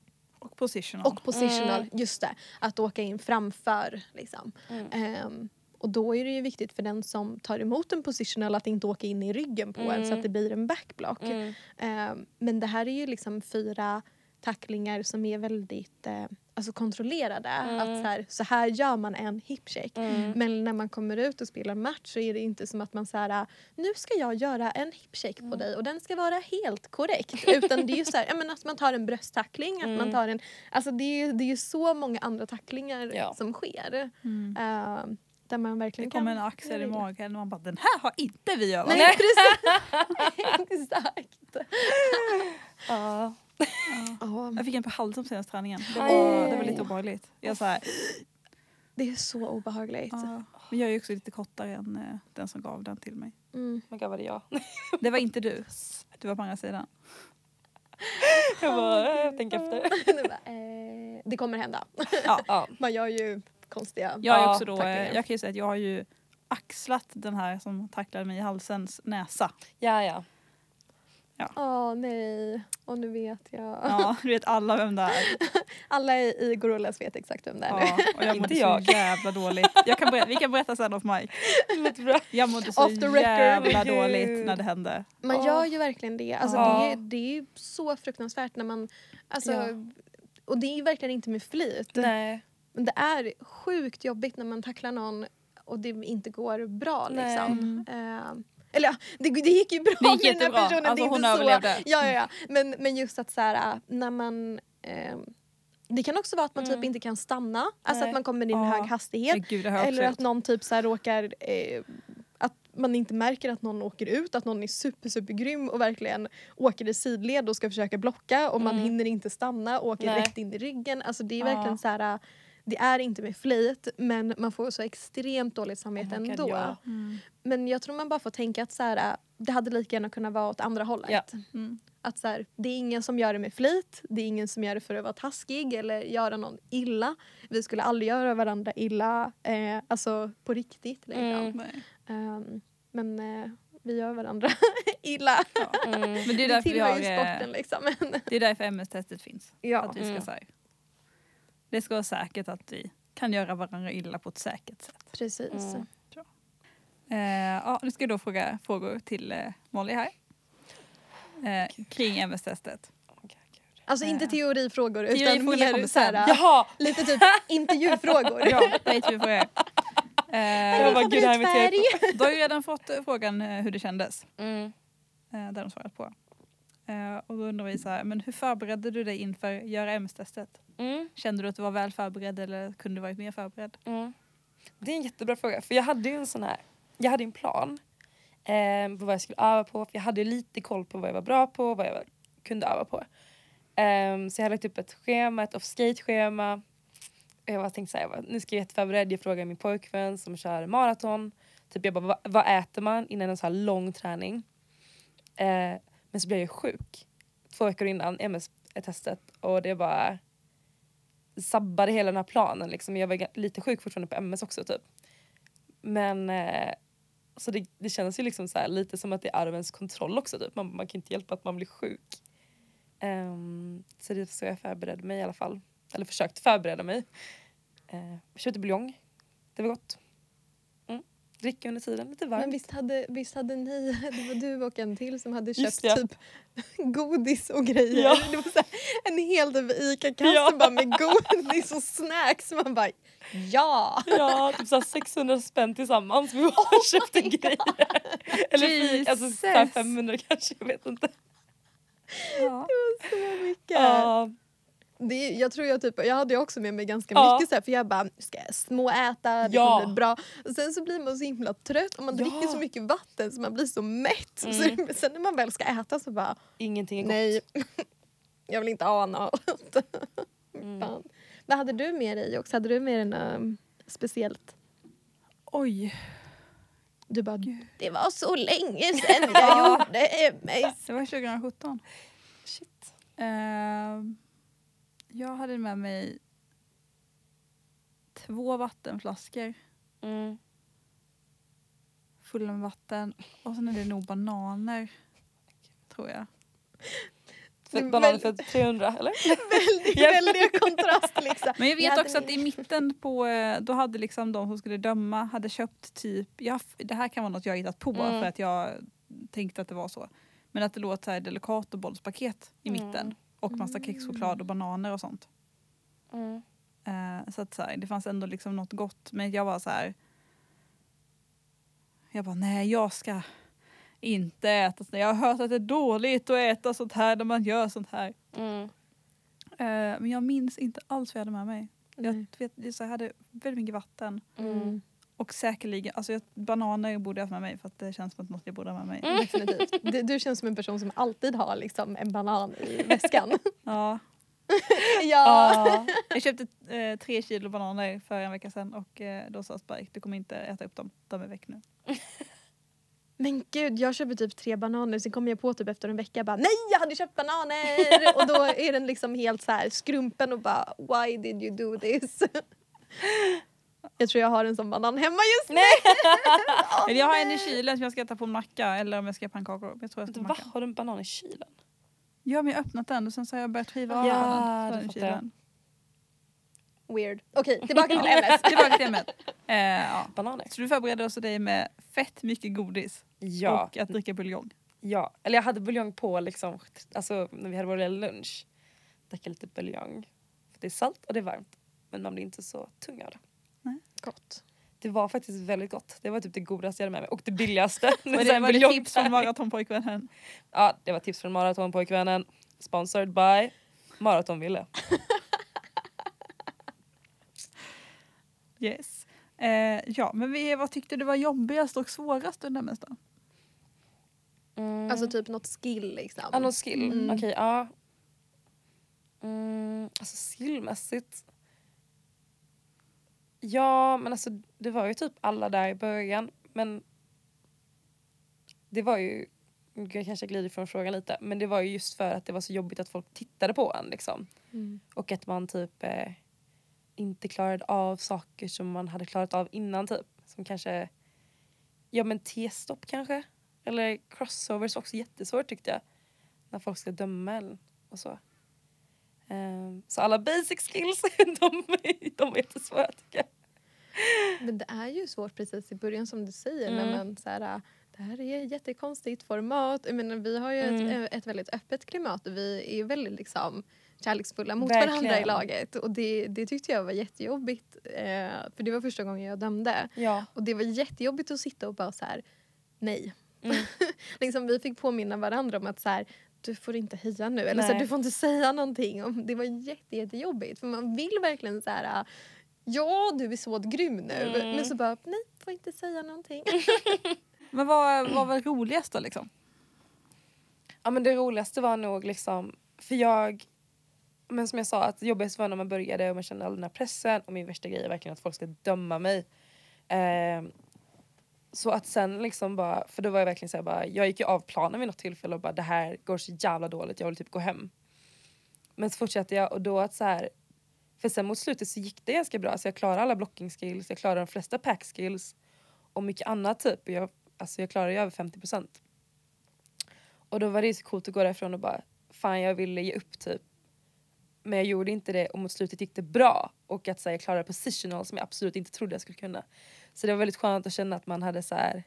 Och positional. Och positional, Mm. just det. Att åka in framför. Liksom. Mm. Ehm, och då är det ju viktigt för den som tar emot en positional att inte åka in i ryggen på en Mm. så att det blir en backblock. Mm. Ehm, men det här är ju liksom fyra tacklingar som är väldigt eh, alltså kontrollerade. Mm. Att så här, så här gör man en hipshake. Mm. Men när man kommer ut och spelar match så är det inte som att man så här, nu ska jag göra en hipshake Mm. på dig och den ska vara helt korrekt. Utan det är ju så här, jag menar, att man tar en brösttackling, att Mm. man tar en, alltså det är ju det är ju så många andra tacklingar Ja. som sker. Mm. Uh, där man Det verkligen kommer kan en axel i göra det. magen och man bara, den här har inte vi övat. Nej, precis. Exakt. Ja. Ja, Jag fick en på halsen på senaste träningen. Det Aj. var, det var lite obehagligt. Jag så här, det är så obehagligt. ja. Men jag är ju också lite kortare än eh, den som gav den till mig. Mm. Men gud, var det jag? Det var inte du. Du var på andra sidan. Jag bara, jag tänker efter. det, bara, eh, det kommer hända. Ja. Ja. Man gör ju konstiga... Jag är Ja, också då, tacklingar. eh, jag kan ju säga att jag har ju axlat den här som tacklade mig i halsens näsa. Ja, ja. Åh nej, och nu vet jag. Ja, du vet alla vem det är. Alla i, i Gorillas vet exakt vem det är. Ja, och jag Inte mådde jag. så jävla dåligt. Jag kan berätta, vi kan berätta sen off mic. Det låter bra. Jag mådde så Off the record. jävla Gud. dåligt när det hände. Man Ja. gör ju verkligen det. Alltså, Ja. det, är, det är ju så fruktansvärt när man... Alltså, Ja. Och det är ju verkligen inte med flit. Nej. Men det är sjukt jobbigt när man tacklar någon och det inte går bra. Nej. Liksom. Eh, eller ja, det, det gick ju bra Det gick med den här jättebra. personen. Alltså, det är hon inte så, överlevde. ja, ja, ja. Men, men just att så här, när man... Eh, det kan också vara att man typ Mm. inte kan stanna. Alltså Nej. att man kommer in i Ja. hög hastighet. Men gud, det har jag också Eller gjort. att någon typ så här råkar... Eh, att man inte märker att någon åker ut, att någon är super super grym och verkligen åker i sidled och ska försöka blocka och man Mm. hinner inte stanna och åker Nej. rätt in i ryggen. Alltså det är Ja. verkligen så här, det är inte med flit men man får så extremt dåligt samvete Oh my God, ändå. ja. Mm. Men jag tror man bara får tänka att så här, det hade lika gärna kunnat vara åt andra hållet. Ja. Mm. Att så här, det är ingen som gör det med flit, det är ingen som gör det för att vara taskig eller göra någon illa. Vi skulle aldrig göra varandra illa, eh, alltså på riktigt. Liksom. Mm. Nej. Um, men eh, vi gör varandra illa. Ja. Mm. Men det är Det därför vi tillhör har, ju eh, sporten liksom. Men, det är därför M S-testet finns. ja. Att vi ska Mm. säga. Det ska vara säkert att vi kan göra varandra illa på ett säkert sätt. Precis. Mm. Eh, ja, nu ska jag då fråga frågor till eh, Molly här. Eh, kring M S-testet. Oh my God, gud. Alltså inte Eh. teorifrågor utan Teorifrågorna kommer mer sen. såhär, Jaha! lite typ intervjufrågor. Ja, det är vi frågor. Jag Eh, bara, gud, det här är mitt Favoritfärg? du har ju redan fått eh, frågan eh, hur det kändes. Mm. Eh, där de svarat på. Eh, och då undrar vi så här, men hur förberedde du dig inför att göra M S-testet? Mm. Kände du att du var väl förberedd eller kunde du varit mer förberedd? Mm. Det är en jättebra fråga. För jag hade ju en sån här, jag hade en plan eh, på vad jag skulle öva på. För jag hade lite koll på vad jag var bra på, vad jag kunde öva på. Eh, så jag hade lagt upp ett schema, ett off-skate-schema. Och jag var tänkte så här, jag var, nu ska jag vara jätteförberedd. Jag frågade min pojkvän som kör maraton. Typ jag bara, vad, vad äter man innan en så här lång träning? Eh, men så blev jag sjuk. Två veckor innan M S-testet. Och det bara sabbade hela den här planen. Liksom. Jag var ga- lite sjuk fortfarande på M S också typ. Men eh, så det, det känns ju liksom så här, lite som att det är arvens kontroll också. Typ. Man, man kan inte hjälpa att man blir sjuk. Um, så det så jag förberedde mig i alla fall. Eller försökt förbereda mig. Uh, jag köpte buljong. Det var gott. Mm. Dricka under tiden, lite varmt. Men visst hade, visst hade ni, det var du och en till som hade Just köpt det. typ godis och grejer. Ja. Det var så här, en hel typ Ica-kasse Ja. bara med godis och snacks. Man bara, ja! Ja, typ såhär sexhundra spänn tillsammans. Vi bara köpte grejer. Eller fik, alltså Jesus. såhär femhundra kanske, jag vet inte. Ja. Så mycket. Ja. Det, är- jag tror jag typ, jag hade ju också med mig ganska Ja. mycket så här, för jag bara, ska jag småäta, det Ja. kommer bli bra. Och sen så blir man så himla trött och man Ja. dricker så mycket vatten så man blir så mätt. Mm. Så det, sen när man väl ska äta så bara, Ingenting är gott. nej, jag vill inte ha något. Mm. Fan. Vad hade du med dig också? Hade du med dig något speciellt? Oj, Du bara, Gud. det var så länge sedan jag gjorde M S. det var tjugo sjutton. Shit. Eh, jag hade med mig två vattenflaskor Mm. fulla med vatten och sen är det nog bananer, tror jag. För Det är bananer väl- för trehundra, eller? Väldigt, Japp. väldigt kontrast liksom. Men jag vet hade också att ni- i mitten på, eh, då hade liksom de som skulle döma hade köpt typ, ja, f- det här kan vara något jag har hittat på Mm. för att jag tänkte att det var så. Men att det låg så här delikat och bollspaket i Mm. mitten. Och massa kexchoklad och bananer och sånt. Mm. Eh, så att så här, det fanns ändå liksom något gott. Men jag var så här. Jag bara, nej jag ska inte äta sånt. Jag har hört att det är dåligt att äta sånt här när man gör sånt här. Mm. Eh, men jag minns inte alls vad jag hade med mig. Jag Nej. vet, det är så jag hade väldigt mycket vatten. Mm. Och säkerligen, alltså jag, bananer borde jag ha med mig för att det känns som att något jag borde ha med mig. Mm. Definitivt. Du, du känns som en person som alltid har liksom en banan i väskan. Ja. ja. Ja. Jag köpte eh, tre kilo bananer för en vecka sedan och eh, då sa Spike, du kommer inte äta upp dem, de är väck nu. Men gud, jag köper typ tre bananer, sen kommer jag på typ efter en vecka bara nej, jag hade köpt bananer! Och då är den liksom helt så här skrumpen och bara why did you do this? Jag tror jag har en sån banan hemma just nu. Eller jag har en i kylen som jag ska äta på en macka eller om jag ska göra pannkakor. Jag tror jag ska Va? macka. Har du en banan i kylen? Ja, men jag har öppnat den och sen så har jag börjat triva av Ja, den. det Så den i fattar jag. kylen. Weird. Okej, tillbaka till ämnet. Tillbaka till ämnet. Eh, ja. Bananer? Så du förbereder också dig med fett mycket godis Ja. och att dricka buljong. Ja. Eller jag hade buljong på liksom, alltså när vi hade vår lilla lunch. Dricka lite buljong. För det är salt och det är varmt. Men man blir inte så tung av det. Gott. Det var faktiskt väldigt gott. Det var typ det godaste jag hade med mig. Och det billigaste. Och det var det tips från maratonpojkvännen. Ja, det var tips från maratonpojkvännen. Sponsored by Maratonville. Yes. Eh, ja, men vi, vad tyckte du var jobbigast och svårast under mästaren? Mm. Alltså typ något skill liksom. Ja, någon skill. Mm. Okej, ja. Mm, alltså skillmässigt. Ja, men alltså det var ju typ alla där i början. Men det var ju, jag kanske glider från frågan lite. Men det var ju just för att det var så jobbigt att folk tittade på en liksom. Mm. Och att man typ eh, inte klarade av saker som man hade klarat av innan typ. Som kanske, ja men T-stopp kanske. Eller crossovers var också jättesvårt tyckte jag. När folk ska döma en och så. Um, så alla basic skills, de, de är jättesvåra tycker jag. Men det är ju svårt precis i början som du säger. Mm. När man så här, det här är ett jättekonstigt format. Jag menar, vi har ju Mm. ett, ett väldigt öppet klimat. Och vi är väldigt liksom kärleksfulla mot Verkligen. varandra i laget. Och det, det tyckte jag var jättejobbigt. Eh, för det var första gången jag dömde. Ja. Och det var jättejobbigt att sitta och bara så här, nej. Mm. liksom, vi fick påminna varandra om att så här, du får inte heja nu. Eller så här, Nej. du får inte säga någonting. Och det var jätte, jättejobbigt. För man vill verkligen så här, ja du är så grym nu. Mm. Men så bara, nej, får inte säga någonting. Men vad, vad var roligast då liksom? Ja men det roligaste var nog liksom, för jag, men som jag sa att det jobbigaste var när man började och man kände all den här pressen och min värsta grej är verkligen att folk ska döma mig. Eh, så att sen liksom bara, för då var jag verkligen så här bara, jag gick ju av planen vid något tillfälle och bara det här går så jävla dåligt, jag vill typ gå hem. Men så fortsatte jag och då att så här, för sen mot slutet så gick det ganska bra, så jag klarade alla blocking skills, jag klarade de flesta pack skills och mycket annat typ, jag, alltså jag klarade ju över femtio procent. Och då var det så coolt att gå därifrån och bara, fan jag ville ge upp typ. Men jag gjorde inte det och mot slutet gick det bra. Och att så här, jag klarade positional som jag absolut inte trodde jag skulle kunna. Så det var väldigt skönt att känna att man hade så här,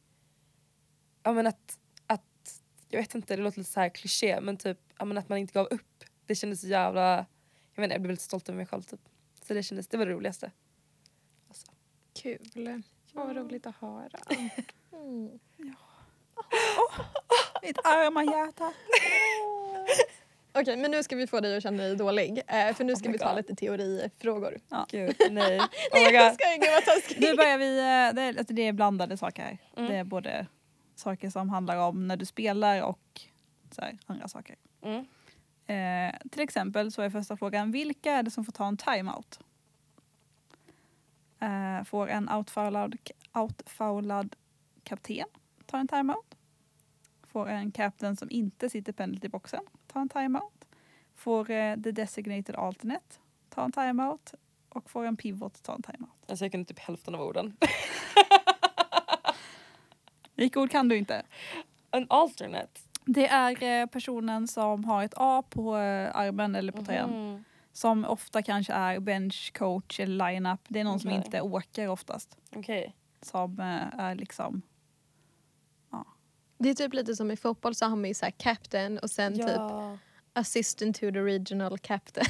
ja men att, att jag vet inte, det låter lite så här kliché, men typ, ja men att man inte gav upp. Det kändes så jävla, jag vet inte, jag blev väldigt stolt över mig själv typ. Så det kändes, det var det roligaste. Alltså. Kul. Vad roligt att höra. Mm. Mitt arma hjärta. Okej, men nu ska vi få dig att känna dig dålig. Eh, för nu ska Oh my vi ta God. lite teorifrågor. Gud, nej. Oh Nej, my jag God. ska inte vara taskig. Nu börjar vi, eh, det är, alltså det är blandade saker här. Mm. Det är både saker som handlar om när du spelar och så här, andra saker. Mm. Eh, till exempel så är första frågan, vilka är det som får ta en timeout? Eh, får en outfoulad, outfoulad kapten ta en timeout? Får en captain som inte sitter penalty-boxen ta en timeout? Får eh, the designated alternate ta en timeout? Och får en pivot ta en timeout? Alltså jag kunde typ hälften av orden. Vilka ord kan du inte? En alternate. Det är eh, personen som har ett A på eh, armen eller på tröjan. Mhm. Som ofta kanske är bench, coach eller line-up. Det är någon som Okej. inte åker oftast. Okej. Som eh, är liksom... Det är typ lite som i fotboll så har man ju så här captain och sen typ Ja. assistant to the regional captain.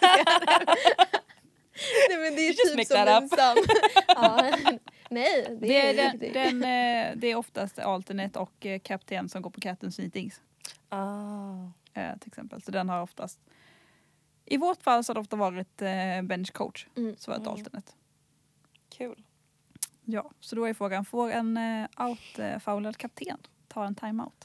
Nej men det är You just typ make som that en up. sam... ja, nej, det, Det är, är den, riktigt. den, eh, det är oftast alternate och eh, kapten som går på captain's meetings. Ah. Eh, till exempel. Så den har oftast... I vårt fall så har det ofta varit eh, bench coach. Mm. Så var ett Mm. alternate. Kul. Ja, så då är frågan, får en eh, outfoulad kapten ta en timeout?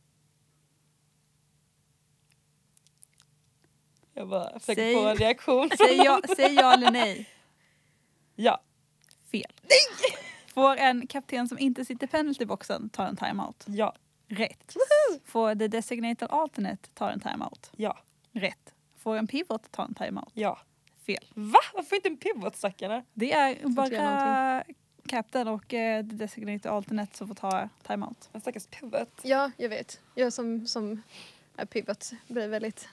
Jag bara försöker Säg- få en reaktion. Säg ja, säg ja eller nej. Ja. Fel. Nej! Får en kapten som inte sitter i penaltyboxen ta en timeout? Ja. Rätt. Får the designated alternate ta en timeout? Ja. Rätt. Får en pivot ta en timeout? Ja. Fel. Va? Varför inte en pivot stackarna? Det är inte bara göra kapten och eh, the designated alternate som får ta timeout. En stackars pivot. Ja, jag vet. Jag som, som är pivot blir väldigt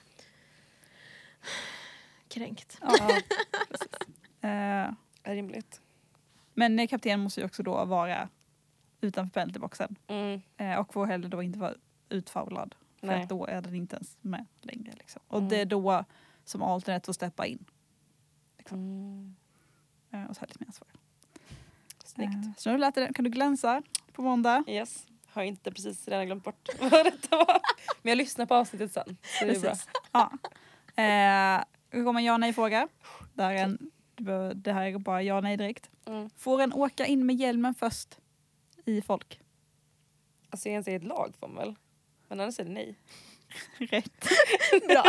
kränkt. Ja, precis. Eh, Är rimligt. men eh, kapten måste ju också då vara utanför penaltyboxen. Mm. Eh, och får heller då inte vara utfoulad. För Nej. att då är den inte ens med längre. Liksom. Och Mm. det är då som alternate får steppa in. Mm. Eh, och ta lite mer ansvar. Snyggt. Eh, så nu lät det, kan du glänsa på måndag? Yes. Har inte precis redan glömt bort vad detta var. Men jag lyssnar på avsnittet sen. Så det är bra. Precis. Ja. Eh, det kommer en ja nej fråga. Det här är, en, det här är bara ja nej direkt. Mm. Får en åka in med hjälmen först i folk? Alltså ens eget lag får man väl. Men annars är det nej. Rätt. Bra.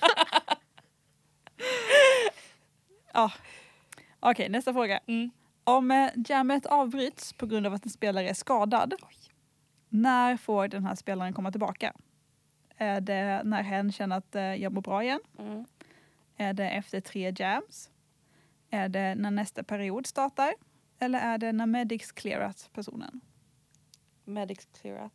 Ja. Okej, nästa fråga. Mm. Om eh, jammet avbryts på grund av att en spelare är skadad, Oj. när får den här spelaren komma tillbaka? Är det när hen känner att eh, jag mår bra igen? Mm. Är det efter tre jams? Är det när nästa period startar? Eller är det när medics clearat personen? Medics clearat.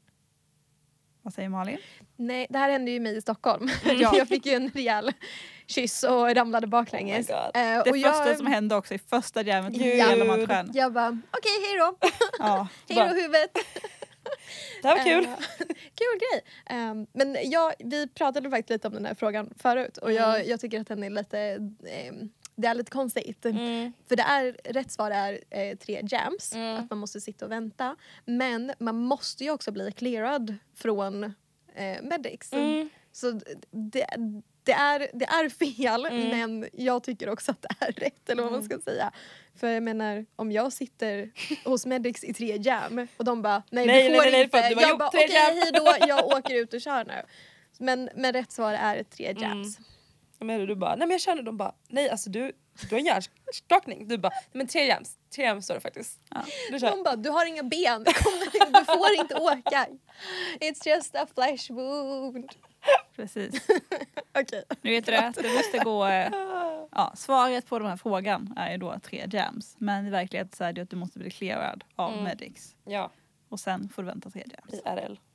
Vad säger Malin? Nej, det här hände ju mig i Stockholm. Ja. Jag fick ju en rejäl kyss och ramlade baklänges. Oh my God. Eh, Det och första jag, som hände också i första jammet i Ja. hela matchen. jag bara, okej hej då. Ja. Hej då huvudet. Det här var kul. Eh, kul grej. Um, men jag, vi pratade faktiskt lite om den här frågan förut och jag, Mm. jag tycker att den är lite, ehm, det är lite konstigt. Mm. För det är, rätt svar är eh, tre jams, Mm. att man måste sitta och vänta. Men man måste ju också bli clearad från eh, medics. Mm. Så det, det, är, det är fel, Mm. men jag tycker också att det är rätt, eller vad man ska säga. För jag menar, om jag sitter hos medics i tre jam och de bara, nej, Nej, du nej, får nej, nej, inte. för att du har Jag gjort bara, tre okej, jam. hej då, jag åker ut och kör nu. Men, men rätt svar är tre jams. Men du bara, nej men jag känner, de bara, nej alltså du, du har en hjärnskakning. Du bara, nej men tre jams, tre jams står det faktiskt. Ja. Du kör. De bara, du har inga ben, du, kommer, du får inte åka. It's just a flesh wound. Precis. Okej. Nu vet du det. Det måste gå... Eh, ja, svaret på den här frågan är ju då tre jams. Men i verkligheten så är det att du måste bli clearad av Mm. medics. Ja, Och sen får du vänta tre jams. I R L.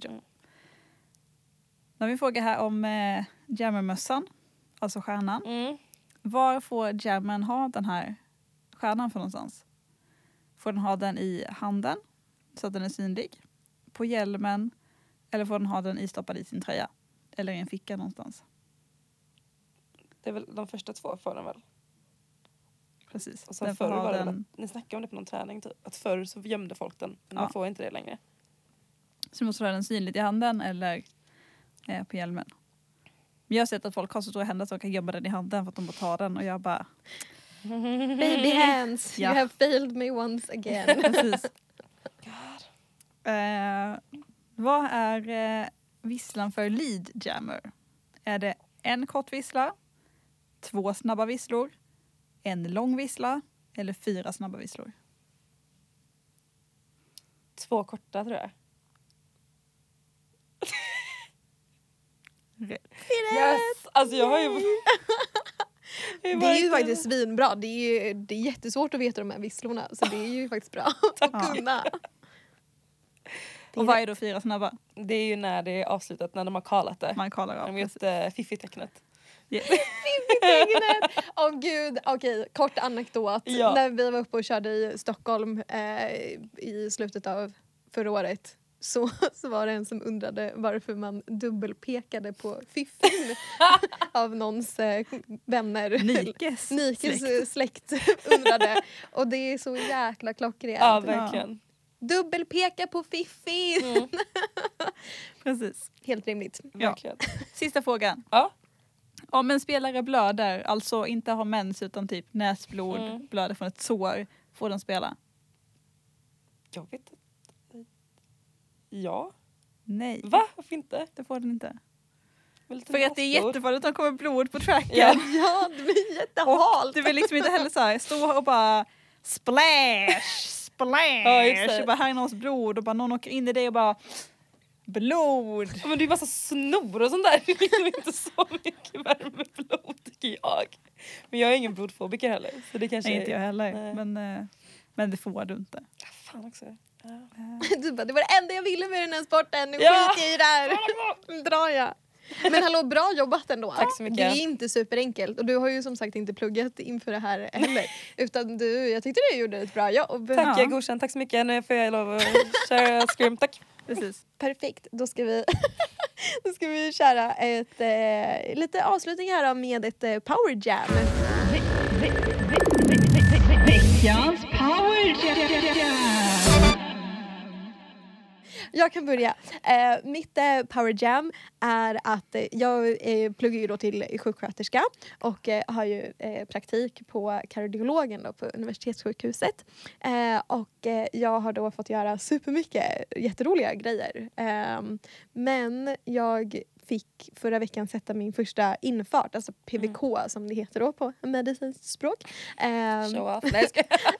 Då har vi en fråga här om eh, jammermössan. Alltså stjärnan. Mm. Var får jammern ha den här stjärnan för någonstans? Får den ha den i handen så att den är synlig? På hjälmen? Eller får den ha den istoppad i sin tröja? Eller i en ficka någonstans? Det är väl de första två får den väl. Precis. Och sen Den får förr ha var det den- väl att, ni snackade om det på någon träning typ. Att förr så gömde folk den. Men Ja. man får inte det längre. Så du måste ha den synligt i handen eller eh, på hjälmen. Men jag har sett att folk har så stora händer att de kan gömma den i handen för att de bara tar den. Och jag bara, Baby hands, Ja. you have failed me once again. precis. Eh, vad är eh, visslan för lead jammer? Är det en kort vissla, två snabba visslor, en lång vissla eller fyra snabba visslor? Två korta tror jag. Rätt. Yes! Alltså jag har ju... Det är ju faktiskt svinbra. Det är, ju, det är jättesvårt att veta de här visslorna. Så det är ju faktiskt bra att Ja. kunna. Och vad är då fyra snabba? Det är ju när det är avslutat, när de har kallat det. Man kollar De av. har gjort uh, fiffi-tecknet. Yeah. Åh oh, gud, okej, okay. Kort anekdot. Ja. När vi var uppe och körde i Stockholm eh, i slutet av förra året så, så var det en som undrade varför man dubbelpekade på fiffin av någons eh, vänner. Nikes, Nikes släkt. släkt undrade. Och det är så jäkla klockrent. Ja, verkligen. Dubbelpeka på fiffin! Mm. Precis. Helt rimligt. Verkligen. Sista frågan. Ja. Om en spelare blöder, alltså inte har mens utan typ näsblod, Mm. blöder från ett sår, får den spela? Jag vet inte. Ja. Nej, Va? Varför inte? det får den inte. Med lite För att det är näsblod. jättefarligt att det kommer blod på tracken. Ja. Ja, det blir Och jättehalt. du vill liksom inte heller så här stå och bara splash, splash. Ja, just det. och bara här är någons blod och bara någon åker in i det och bara blod. Ja, men det är massa snor och sånt där. Det är liksom inte så mycket värme blod tycker jag. Men jag är ingen blodfobiker heller. Så det kanske Nej, inte jag heller. Nej. Men, eh, men det får du inte. Ja, fan också. Ja. Du bara, det var det enda jag ville med den här sporten. Nu Ja. skiter jag i det här. Nu drar jag. Men hallå, bra jobbat ändå. Tack så mycket. Det är inte superenkelt. Och du har ju som sagt inte pluggat inför det här heller. Utan du, jag tyckte du gjorde ett bra jobb. Tack, Ja. jag godkänt. Tack så mycket. Nu får jag lov att köra scream. Tack. Precis. Perfekt, då ska vi, då ska vi köra ett, eh, lite avslutning här med ett eh, power jam. Veckans power jam! Jag kan börja. Eh, mitt eh, power jam är att eh, jag eh, pluggar ju då till sjuksköterska och eh, har ju eh, praktik på kardiologen då på universitetssjukhuset. Eh, och eh, jag har då fått göra supermycket jätteroliga grejer. Eh, men jag fick förra veckan sätta min första infart, alltså P V K mm. som det heter då på medicinskt språk. Eh, Show off. Nej, ska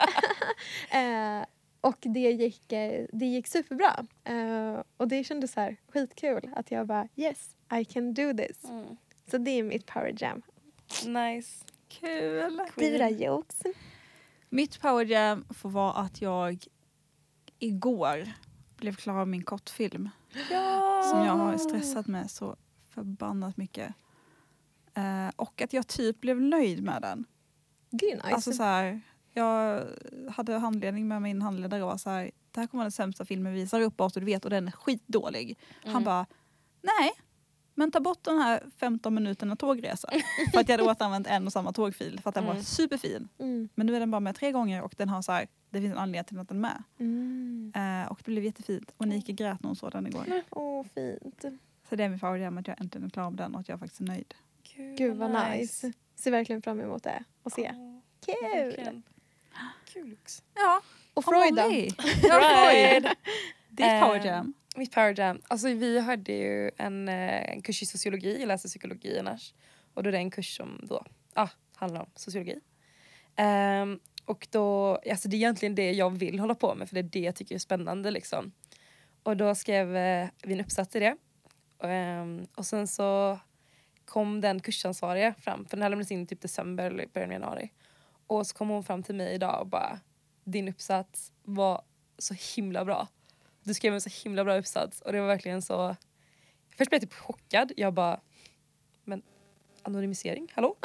eh, Och det gick, eh, det gick superbra. Uh, och det kändes så här skitkul att jag bara yes, I can do this. Mm. Så det är mitt power jam. Nice. Kul. Dyra jokes. Mitt power jam får vara att jag igår blev klar med min kortfilm. Ja. Som jag har stressat med så förbannat mycket. Uh, och att jag typ blev nöjd med den. Det är nice. Alltså så här, jag hade handledning med min handledare och var så här, det här kommer vara den sämsta filmen vi visar upp oss och du vet och den är skitdålig. Mm. Han bara, nej, men ta bort den här femton minuterna tågresa. För att jag hade återanvänt en och samma tågfil för att den Mm. var superfin. Mm. Men nu är den bara med tre gånger och den har så här, det finns en anledning till att den är med. Mm. Eh, och det blev jättefint. Och Nika grät någon sådan igår. Åh, fint. Så det är min favorit att jag äntligen är klar med den och att jag faktiskt är nöjd. Gud, Gud vad nice. Ser verkligen fram emot det och se. Ja, Kul. verkligen. Kul också. Ja, Och Freud då? Ja, Freud. Freud. Ditt power jam. Mitt power jam. Alltså vi hade ju en, eh, en kurs i sociologi. Jag läser psykologi annars. Och då är det en kurs som då ah, handlar om sociologi. Um, och då, alltså det är egentligen det jag vill hålla på med. För det är det jag tycker är spännande liksom. Och då skrev eh, vi en uppsats i det. Um, och sen så kom den kursansvariga fram. För den här lämnades in typ december eller början av januari. Och så kom hon fram till mig idag och bara, din uppsats var så himla bra. Du skrev en så himla bra uppsats. Och det var verkligen så, först blev jag typ chockad. Jag bara, men anonymisering, hallå?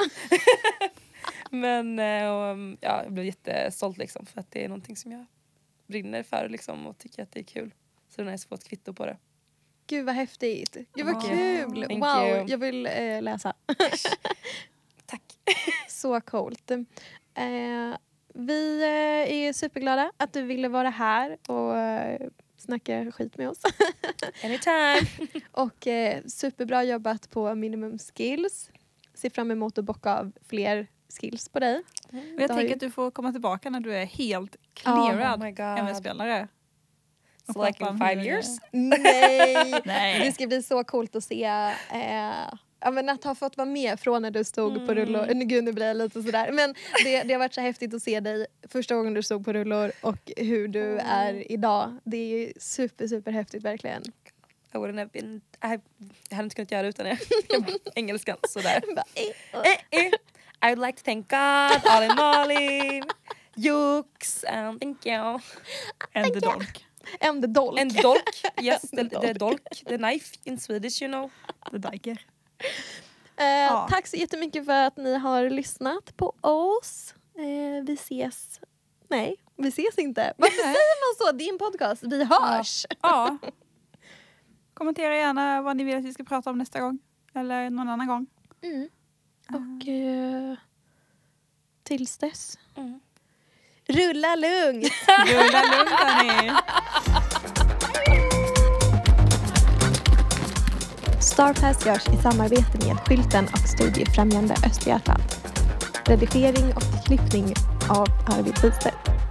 Men um, ja, jag blev jättestolt liksom. För att det är någonting som jag brinner för liksom. Och tycker att det är kul. Så det är nice att få ett kvitto på det. Gud vad häftigt. Gud vad Åh, kul. thank Wow, you. jag vill eh, läsa. Tack. Så coolt. Eh, vi eh, är superglada att du ville vara här och eh, snacka skit med oss. Anytime. Och eh, superbra jobbat på Minimum Skills. Ser fram emot att bocka av fler skills på dig. Och jag Det har tänker ju- att du får komma tillbaka när du är helt Oh clearad my god. M S-spelare. Och So like prata in om five hur- years? Nej! Nej. Det ska bli så coolt att se eh, ja, men att ha fått vara med från när du stod Mm. på rullor. Nu gud, nu blir jag lite sådär. Men det, det har varit så häftigt att se dig första gången du stod på rullor och hur du Mm. är idag. Det är super, super häftigt verkligen. I wouldn't have been, I, jag hade inte kunnat göra det utan det. Jag bara, engelskan sådär. Bara, eh, Eh, eh. I would like to thank God, all in Molly, Jux, and thank you. And the dolk. En dolk. En dolk. Yes, the, the dolk. The knife in Swedish, you know. Det dager. Eh, Ja. Tack så jättemycket för att ni har lyssnat på oss. Eh, vi ses. Nej, vi ses inte. Varför säger man så? Det är en podcast. Vi hörs. Ja. Kommentera gärna vad ni vill att vi ska prata om nästa gång. Eller någon annan gång. Mm. Och eh, tills dess. Mm. Rulla lugnt. Rulla lugnt hörni. Starpass görs i samarbete med Skylten och Studiefrämjande Östergötland. Redigering och klippning av Arvid Wister.